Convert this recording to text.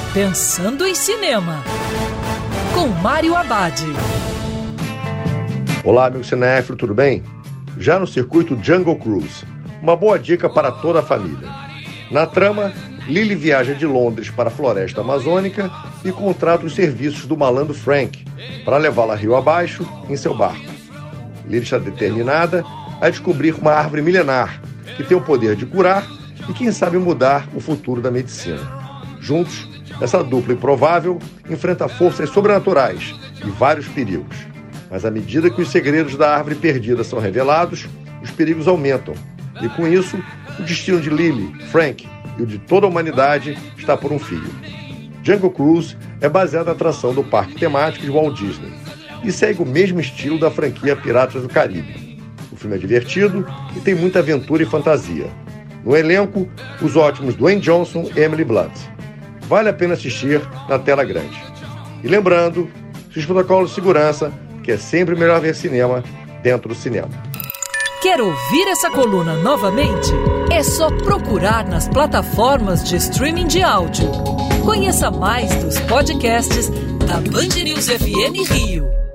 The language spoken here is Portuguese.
Pensando em Cinema, com Mário Abad. Olá, amigo cinéfilo, tudo bem? Já no circuito Jungle Cruise, uma boa dica para toda a família. Na trama, Lily viaja de Londres para a floresta amazônica e contrata os serviços do malandro Frank para levá-la rio abaixo em seu barco. Lily está determinada a descobrir uma árvore milenar que tem o poder de curar e, quem sabe, mudar o futuro da medicina. Juntos, essa dupla improvável enfrenta forças sobrenaturais e vários perigos. Mas à medida que os segredos da árvore perdida são revelados, os perigos aumentam. E com isso, o destino de Lily, Frank e o de toda a humanidade está por um fio. Jungle Cruise é baseado na atração do parque temático de Walt Disney e segue o mesmo estilo da franquia Piratas do Caribe. O filme é divertido e tem muita aventura e fantasia. No elenco, os ótimos Dwayne Johnson e Emily Blunt. Vale a pena assistir na tela grande. E lembrando, os protocolos de segurança, que é sempre melhor ver cinema dentro do cinema. Quer ouvir essa coluna novamente? É só procurar nas plataformas de streaming de áudio. Conheça mais dos podcasts da Band News FM Rio.